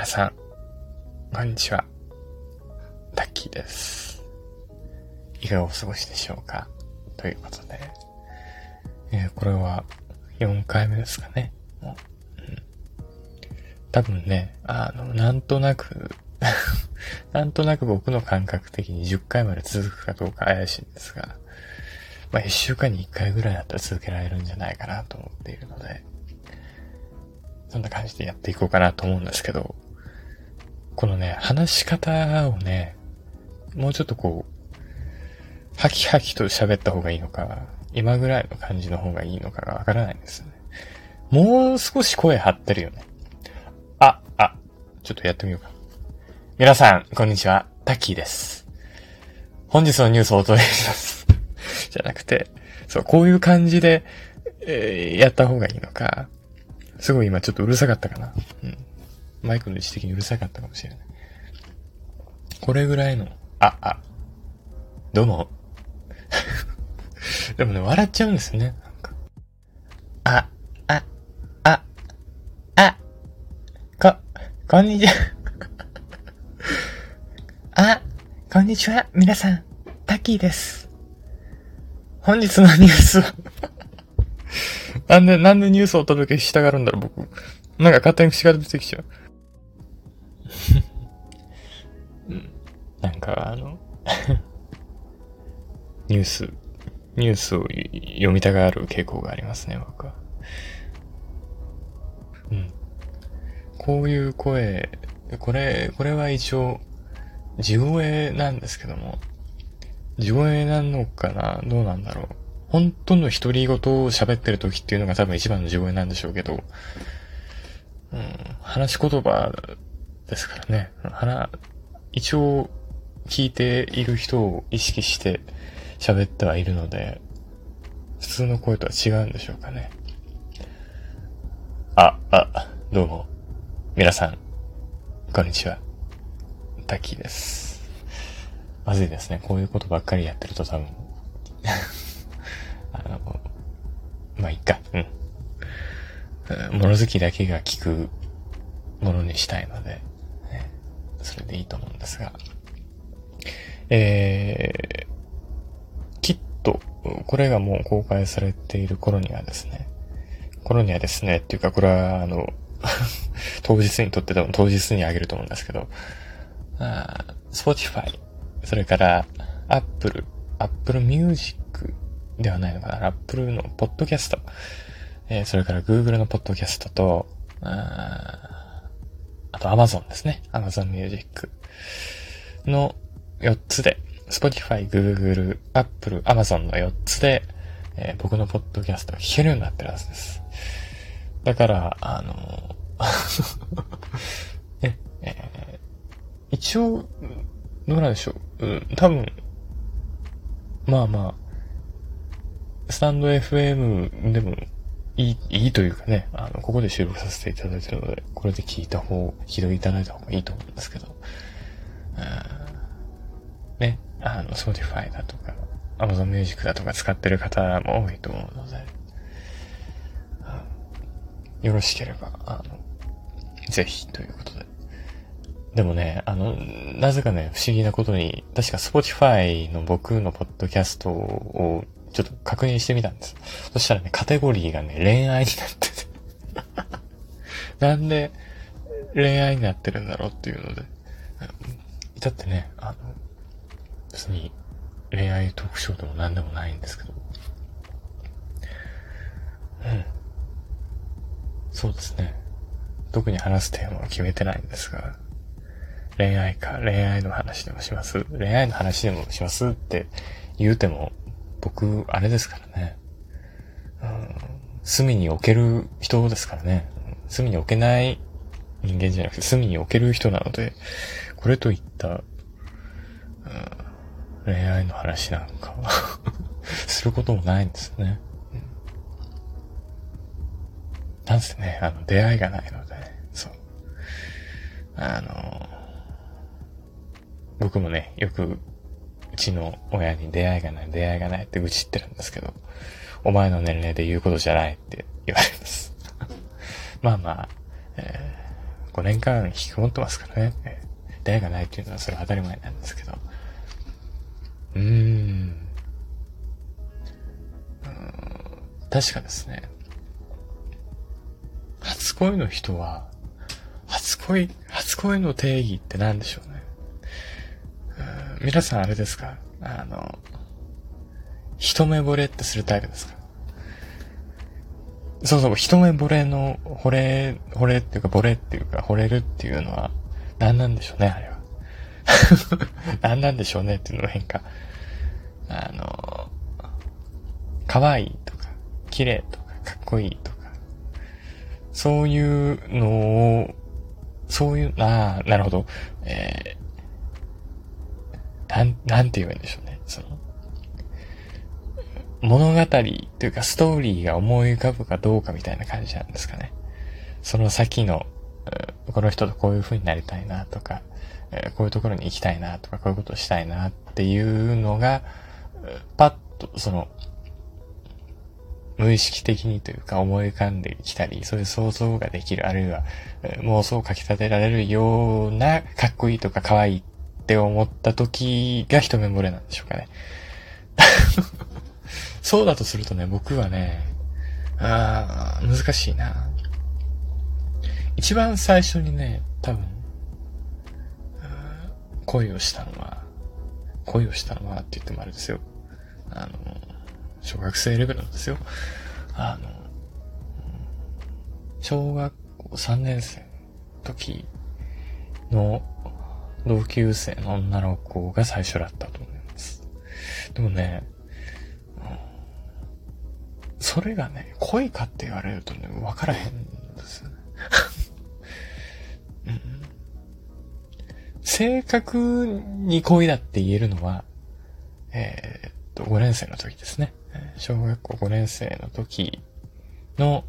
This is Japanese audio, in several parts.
さん、こんにちは。タッキーです。いかがお過ごしでしょうかということで、これは4回目ですかね。もう多分ね、なんとなく僕の感覚的に10回まで続くかどうか怪しいんですが、1週間に1回ぐらいだったら続けられるんじゃないかなと思っているので、そんな感じでやっていこうかなと思うんですけど、このね、話し方をね、もうちょっとハキハキと喋った方がいいのか、今ぐらいの感じの方がいいのかがわからないんですよね。もう少し声張ってるよね。ちょっとやってみようか。皆さん、こんにちは。タッキーです。本日のニュースをお届けします。じゃなくて、そう、こういう感じで、やった方がいいのか。すごい今ちょっとうるさかったかな。マイクの位置的にうるさかったかもしれない。これぐらいの、どうも。でもね、笑っちゃうんですよね。こんにちは。こんにちは。皆さん、タッキーです。本日のニュースをなんでニュースをお届けしたがるんだろう、僕。なんか勝手に口が出てきちゃう。なんかニュースを読みたがる傾向がありますね、僕は。こういう声、これは一応、地声なんですけども、地声なのかな、どうなんだろう。本当の独り言を喋ってる時っていうのが多分一番の地声なんでしょうけど、話し言葉ですからね。一応聞いている人を意識して喋ってはいるので、普通の声とは違うんでしょうかね。どうも。皆さん、こんにちは。タッキーです。まずいですね。こういうことばっかりやってると多分、いっか。物好きだけが聞くものにしたいので、それでいいと思うんですが。きっと、これがもう公開されている頃にはですね、っていうか、これは当日に撮って多分当日にあげると思うんですけど、Spotify、それから Apple Music ではないのかな、Apple のポッドキャスト、それから Google のポッドキャストと、あと Amazon ですね。Amazon Music の4つで、Spotify、Google、Apple、Amazon の4つで、僕のポッドキャストが聞けるようになってるはずです。だから、一応、どうなんでしょう。多分、スタンド FM でもいいというかね、ここで収録させていただいているので、これで聞いていただいた方がいいと思うんですけど、ね、Spotify だとか、Amazon Music だとか使ってる方も多いと思うので、よろしければ、ぜひということで。でもね、なぜかね、不思議なことに、確か Spotify の僕のポッドキャストをちょっと確認してみたんです。そしたらね、カテゴリーがね、恋愛になってて。なんで恋愛になってるんだろうっていうので。だってね、別に恋愛トークショーでもなんでもないんですけど。そうですね。特に話すテーマは決めてないんですが、恋愛の話でもしますって言うても、僕、あれですからね。隅に置ける人ですからね。隅に置けない人間じゃなくて、隅に置ける人なので、これといった、恋愛の話なんかすることもないんですよね。なんせね、出会いがないので、そう。僕もね、よく、うちの親に出会いがないって愚痴ってるんですけど、お前の年齢で言うことじゃないって言われます。 5年間引きこもってますからね。出会いがないっていうのはそれは当たり前なんですけど。確かですね。初恋の人は、初恋の定義って何でしょうね。皆さんあれですか？一目惚れってするタイプですか？そうそう、一目惚れの、惚れっていうか、惚れっていうか、惚れるっていうのは、何なんでしょうね、あれは。何なんでしょうねっていうのの変化。可愛いとか、綺麗とか、かっこいいとか、そういうのを、なるほど。なんて言うんでしょうね。物語というかストーリーが思い浮かぶかどうかみたいな感じなんですかね。その先の、この人とこういう風になりたいなとか、こういうところに行きたいなとか、こういうことをしたいなっていうのが、パッと無意識的にというか思い浮かんできたり、そういう想像ができる、あるいは妄想をかき立てられるような、かっこいいとか可愛いって思った時が一目惚れなんでしょうかね。そうだとするとね、僕はね、難しいな。一番最初にね、多分、恋をしたのはって言ってもあれですよ。小学生レベルなんですよ。小学校3年生の時の同級生の女の子が最初だったと思います。でもね、それがね、恋かって言われるとね、わからへんですよね。正確に恋だって言えるのは、5年生の時ですね。小学校5年生の時の、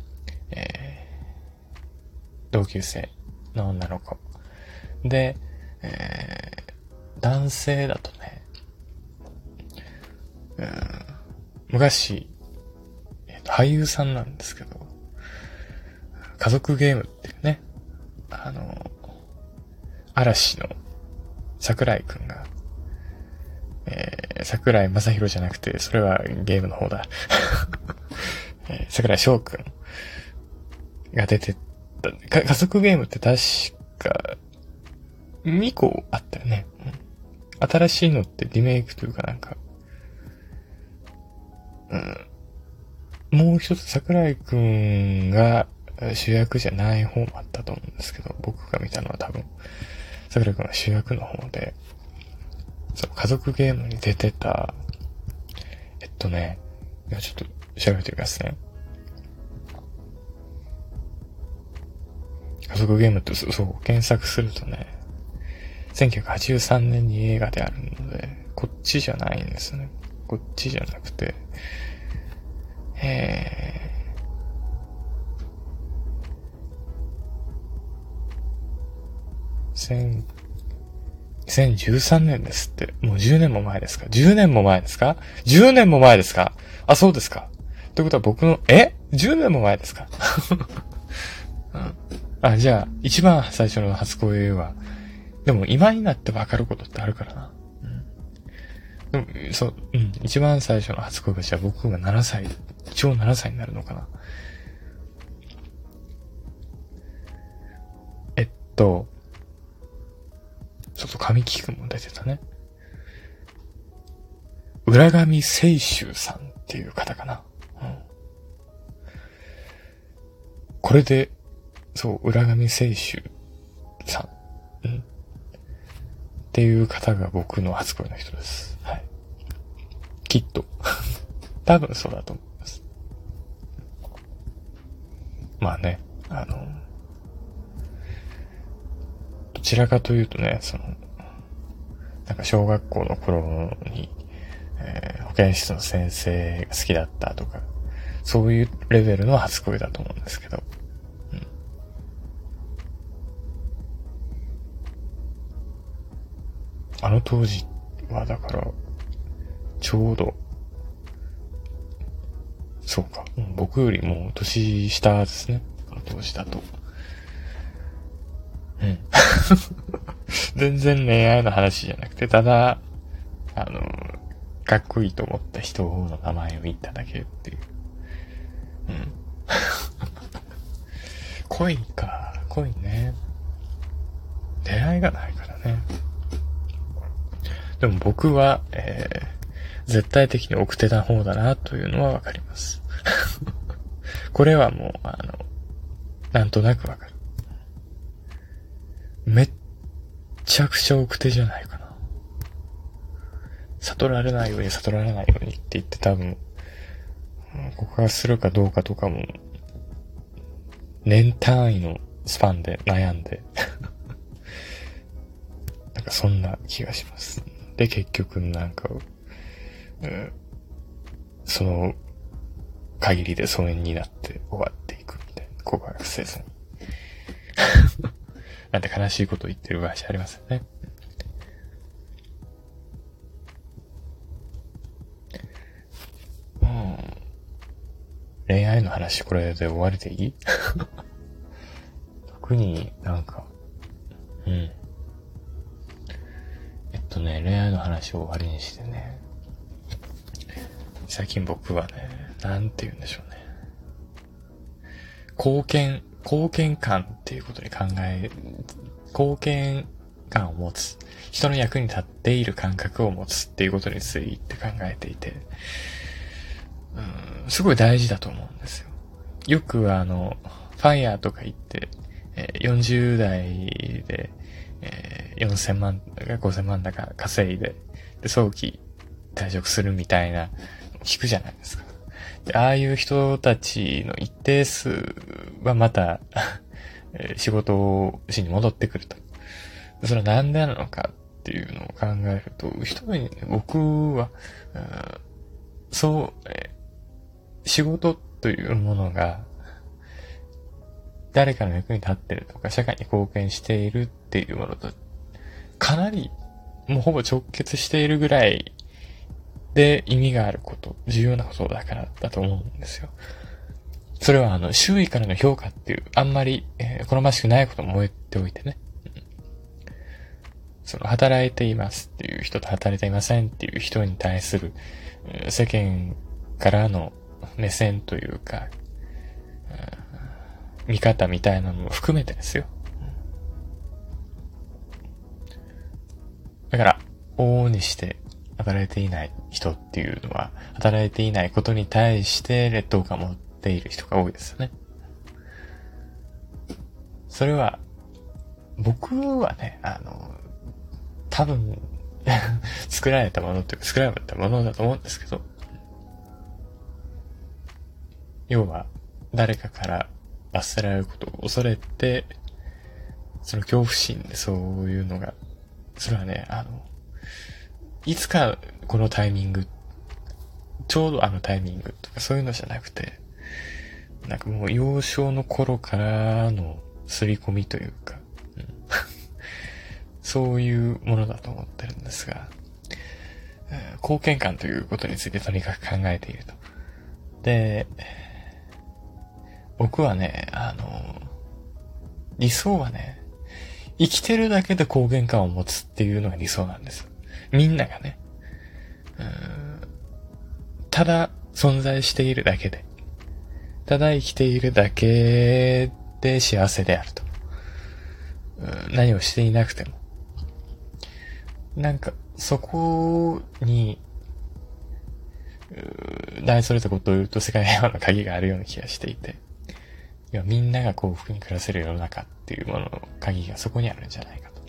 同級生の女の子。で、男性だとね、昔、俳優さんなんですけど、家族ゲームっていうね、嵐の桜井くんが、桜井正宏じゃなくて、それはゲームの方だ。桜井翔くんが出てた、家族ゲームって確か、2個あったよね。新しいのってリメイクというかなんか、もう一つ桜井くんが主役じゃない方もあったと思うんですけど、僕が見たのは多分、桜井くんが主役の方で、家族ゲームに出てた、今ちょっと調べてみますね。家族ゲームって検索するとね、1983年に映画であるので、こっちじゃないんですね。こっちじゃなくて、2013年ですって。もう10年も前ですか？ 10 年も前ですか？ 10 年も前ですか？あ、そうですか。ということは僕の、10 年も前ですか？じゃあ、一番最初の初恋は、でも今になってわかることってあるからな。でも、一番最初の初恋がじゃあ僕が7歳、一応7歳になるのかな。神木くんも出てたね。浦上清舟さんっていう方かな。これで、浦上清舟さん。っていう方が僕の初恋の人です。はい。きっと。多分そうだと思います。まあね、どちらかというとね、なんか小学校の頃に、保健室の先生が好きだったとか、そういうレベルの初恋だと思うんですけど。あの当時はだから、ちょうど、そうか、僕よりも年下ですね。あの当時だと。 全然恋愛の話じゃなくて、ただ、かっこいいと思った人の名前を言っただけっていう。うん。恋か。恋ね。出会いがないからね。でも僕は、絶対的に奥手な方だなというのはわかります。これはもう、なんとなくわかる。めっちゃくちゃ奥手じゃないかな。悟られないように悟られないようにって言って多分、告白するかどうかとかも、年単位のスパンで悩んで、なんかそんな気がします。で、結局なんか、その限りで疎遠になって終わっていくみたいな、告白せずに。なんて悲しいことを言ってる場合じゃありませんね。恋愛の話これで終わりでいい？特になんか、恋愛の話を終わりにしてね。最近僕はね、なんて言うんでしょうね。貢献感っていうことに貢献感を持つ。人の役に立っている感覚を持つっていうことについて考えていて、すごい大事だと思うんですよ。よくファイヤーとか言って、40代で、4000万だか5000万だか稼いで、早期退職するみたいな聞くじゃないですか。で、ああいう人たちの一定数はまた仕事をしに戻ってくると。それはなんでなのかっていうのを考えると、僕は、仕事というものが、誰かの役に立ってるとか、社会に貢献しているっていうものと、かなり、もうほぼ直結しているぐらいで意味があること、重要なことだからだと思うんですよ。それは周囲からの評価っていう、あんまり、好ましくないことも置いておいてね。働いていますっていう人と働いていませんっていう人に対する、世間からの目線というか、見方みたいなのも含めてですよ。だから、往々にして働いていない人っていうのは、働いていないことに対して劣等感を持っている人が多いですよね。それは、僕はね、多分、作られたものっていうか、作られたものだと思うんですけど、要は、誰かから罰せられることを恐れて、その恐怖心でそういうのが、それはね、いつかこのタイミング、ちょうどタイミングとかそういうのじゃなくて、なんかもう幼少の頃からの刷り込みというか、そういうものだと思ってるんですが、貢献感ということについてとにかく考えていると。で、僕はね、理想はね、生きてるだけで貢献感を持つっていうのが理想なんです。みんながね、ただ存在しているだけで、ただ生きているだけで幸せであると。何をしていなくても。なんか、そこに、大それたことを言うと世界平和の鍵があるような気がしていて、みんなが幸福に暮らせる世の中っていうものの鍵がそこにあるんじゃないかと。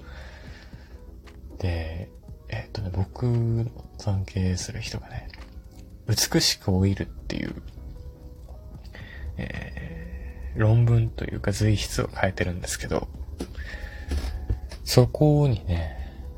で、僕の尊敬する人がね、美しく老いるっていう、論文というか随筆を書いてるんですけど、そこにね、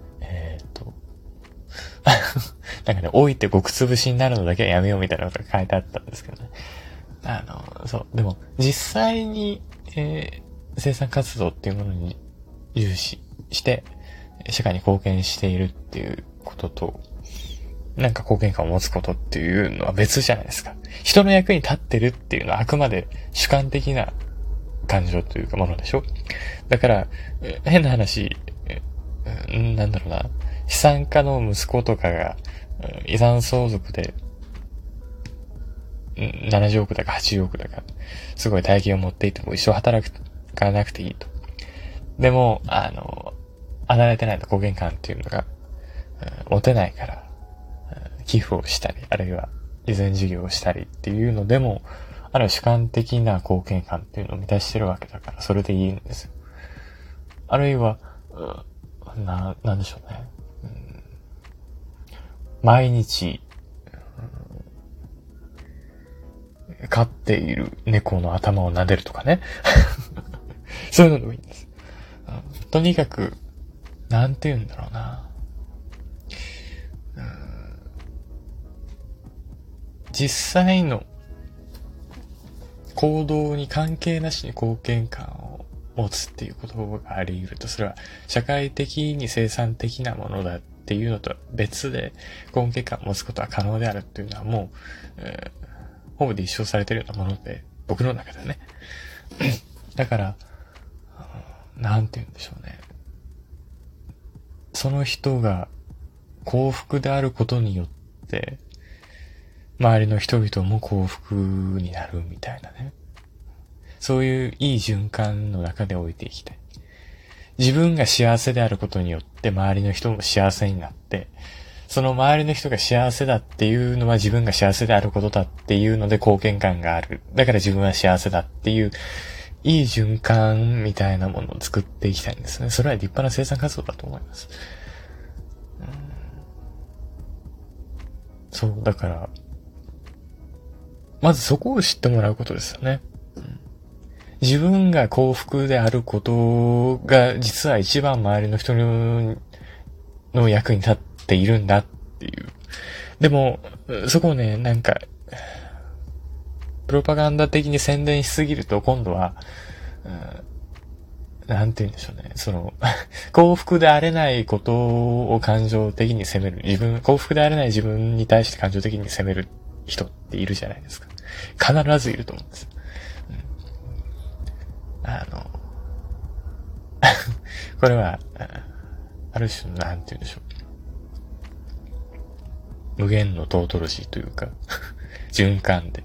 なんかね、老いて極潰しになるのだけはやめようみたいなことが書いてあったんですけどね。そう。でも、実際に、生産活動っていうものに重視して、社会に貢献しているっていうことと、なんか貢献感を持つことっていうのは別じゃないですか。人の役に立ってるっていうのはあくまで主観的な感情というかものでしょ。だから、変な話、なんだろうな、資産家の息子とかが、遺産相続で、70億だか80億だか、すごい大金を持っていても一生働かなくていいと。でも、離れてないと貢献感っていうのが、持てないから、寄付をしたり、あるいは慈善事業をしたりっていうのでも、ある主観的な貢献感っていうのを満たしてるわけだから、それでいいんですよ。あるいは、なんでしょうね。毎日、飼っている猫の頭を撫でるとかね。そういうのでもいいんです。とにかく、なんて言うんだろうな。実際の行動に関係なしに貢献感を持つっていうことがあり得ると、それは社会的に生産的なものだっていうのと別で貢献感を持つことは可能であるっていうのはもう、ほぼ立証されているようなもので、僕の中でね。だから、なんて言うんでしょうね。その人が幸福であることによって、周りの人々も幸福になるみたいなね。そういういい循環の中で置いていきたい。自分が幸せであることによって周りの人も幸せになって、その周りの人が幸せだっていうのは自分が幸せであることだっていうので貢献感がある。だから自分は幸せだっていういい循環みたいなものを作っていきたいんですね。それは立派な生産活動だと思います。そう、だから、まずそこを知ってもらうことですよね。自分が幸福であることが実は一番周りの人の役に立っているんだっていう。でも、そこをね、なんか、プロパガンダ的に宣伝しすぎると今度は、なんて言うんでしょうね。幸福であれないことを感情的に責める。幸福であれない自分に対して感情的に責める人っているじゃないですか。必ずいると思うんです。これは、ある種の、なんて言うんでしょう。無限のトートロジーというか、循環で、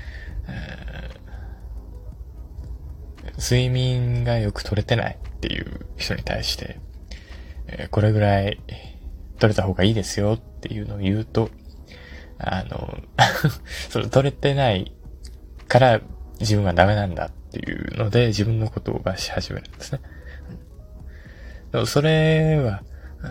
睡眠がよく取れてないっていう人に対して、これぐらい取れた方がいいですよっていうのを言うと、取れてないから自分はダメなんだっていうので自分のことを罰し始めるんですね。でもそれは、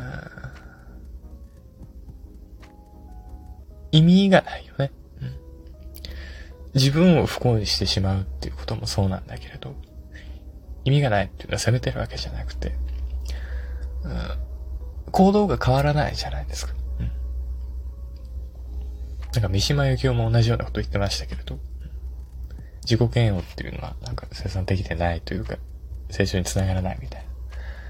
意味がないよね。自分を不幸にしてしまうっていうこともそうなんだけれど、意味がないっていうのは責めてるわけじゃなくて、行動が変わらないじゃないですか。なんか三島由紀夫も同じようなこと言ってましたけれど、自己嫌悪っていうのはなんか生産的でないというか、成長につながらないみたいな。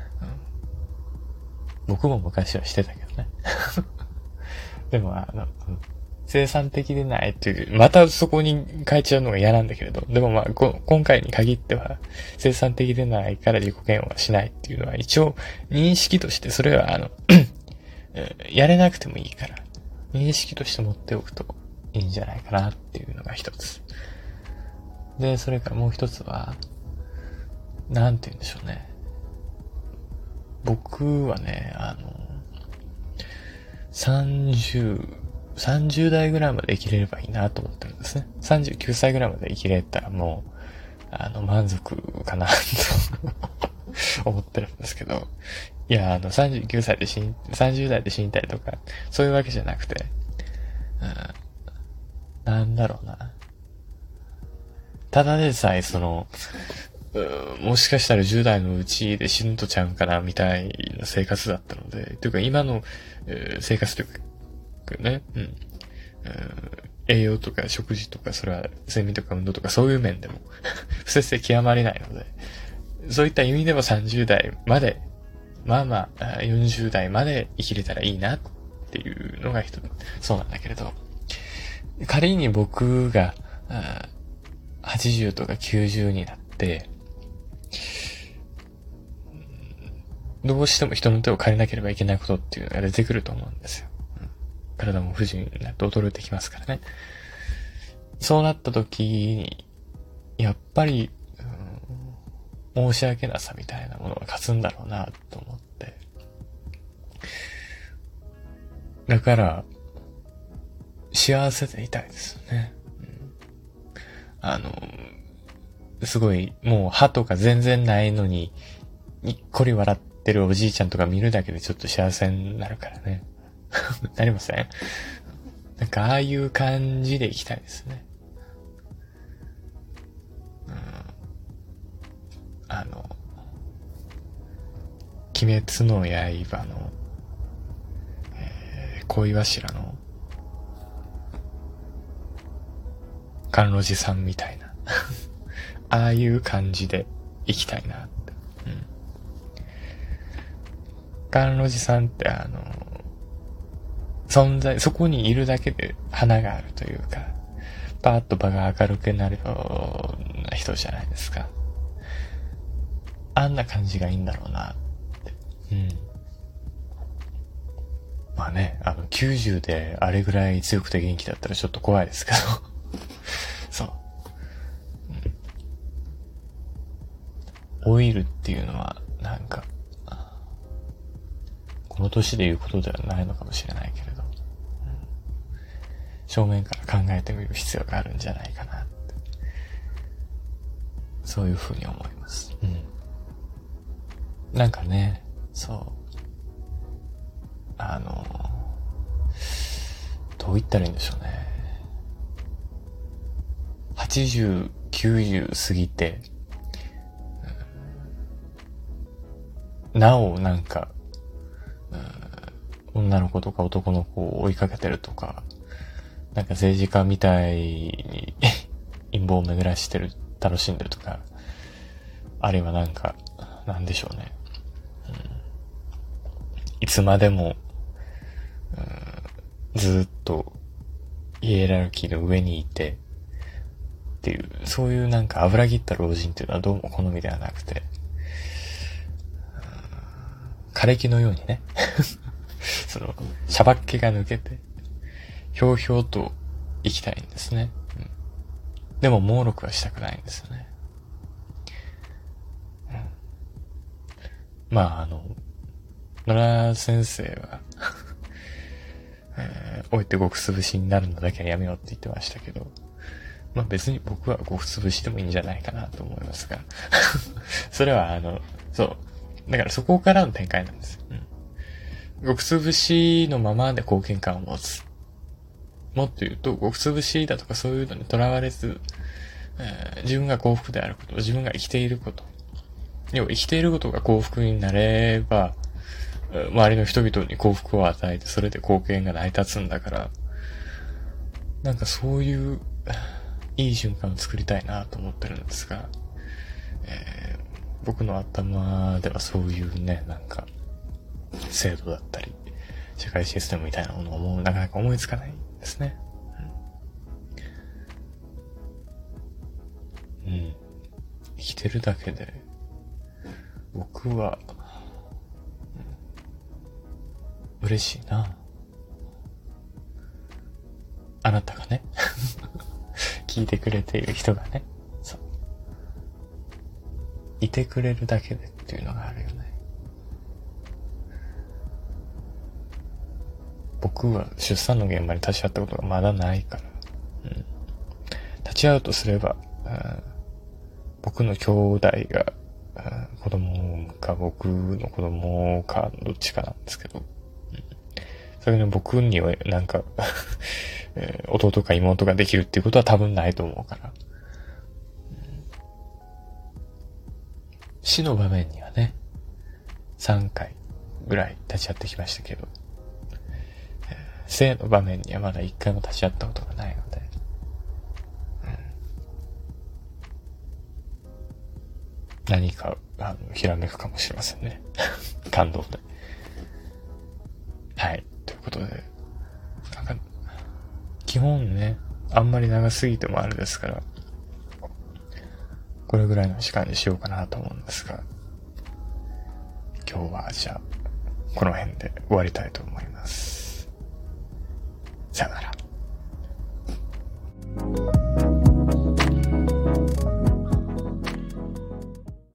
僕も昔はしてたけどね。でも生産的でないっていう、またそこに変えちゃうのが嫌なんだけれど、でも今回に限っては、生産的でないから自己嫌悪はしないっていうのは、一応認識として、それはやれなくてもいいから、認識として持っておくといいんじゃないかなっていうのが一つ。で、それからもう一つは、なんて言うんでしょうね。僕はね、30代ぐらいまで生きれればいいなと思ってるんですね。39歳ぐらいまで生きれたらもう、満足かなと思ってるんですけど、いや、39歳で30代で死にたいとか、そういうわけじゃなくて、なんだろうな。ただでさえもしかしたら10代のうちで死ぬとちゃうんかな、みたいな生活だったので、というか今の、生活というかね、栄養とか食事とか、それは睡眠とか運動とかそういう面でも不節制極まりないので、そういった意味でも30代まで、40代まで生きれたらいいなっていうのがそうなんだけれど、仮に僕が80とか90になって、 どうしても人の手を借りなければいけないことっていうのが出てくると思うんですよ。体も不自由になって衰えてきますからね。そうなった時に、やっぱり、申し訳なさみたいなものが勝つんだろうなと思って。だから、幸せでいたいですよね。すごい、もう歯とか全然ないのに、にっこり笑ってるおじいちゃんとか見るだけでちょっと幸せになるからね。なりません？なんかああいう感じでいきたいですね。鬼滅の刃の、恋柱の甘露寺さんみたいなああいう感じでいきたいなって。甘露寺さんって存在、そこにいるだけで花があるというか、パーッと場が明るくなるような人じゃないですか。あんな感じがいいんだろうなって。まあね、90であれぐらい強くて元気だったらちょっと怖いですけど。そう。老いるっていうのは、なんか、この年で言うことではないのかもしれないけれど、正面から考えてみる必要があるんじゃないかなって。そういうふうに思います。なんかね、そう。どう言ったらいいんでしょうね。80、90過ぎて、なおなんか、女の子とか男の子を追いかけてるとか、なんか政治家みたいに陰謀を巡らしてる、楽しんでるとか、あるいはなんか、なんでしょうね。いつまでも、ずっとイエラルキーの上にいて、っていう、そういうなんか油切った老人っていうのはどうも好みではなくて、枯れ木のようにね、その、しゃばっ気が抜けて、ひょうひょうと生きたいんですね。でも、猛録はしたくないんですよね。まあ、野良先生は置いてごくつぶしになるのだけはやめようって言ってましたけど、まあ別に僕はごくつぶしでもいいんじゃないかなと思いますが、それはそう。だからそこからの展開なんです。ごくつぶしのままで貢献感を持つ。もっと言うと、ごくつぶしだとかそういうのにとらわれず、自分が幸福であること、自分が生きていること。要は生きていることが幸福になれば、周りの人々に幸福を与えて、それで貢献が成り立つんだから、なんかそういう、いい循環を作りたいなと思ってるんですが、僕の頭ではそういうね、なんか、制度だったり、社会システムみたいなものをなかなか思いつかないんですね。生きてるだけで、僕は、嬉しいな。あなたがね、聞いてくれている人がね、そう。いてくれるだけでっていうのがあるよね。僕は出産の現場に立ち会ったことがまだないから、立ち会うとすれば、僕の兄弟が、子供か僕の子供かどっちかなんですけど、それで僕にはなんか弟か妹ができるっていうことは多分ないと思うから、死の場面にはね3回ぐらい立ち会ってきましたけど、生の場面にはまだ1回も立ち会ったことがないので、何かひらめくかもしれませんね。感動で。はい、ということで、なんか基本ね、あんまり長すぎてもあれですから、 これぐらいの時間にしようかなと思うんですが、今日はじゃあこの辺で終わりたいと思います。さよなら。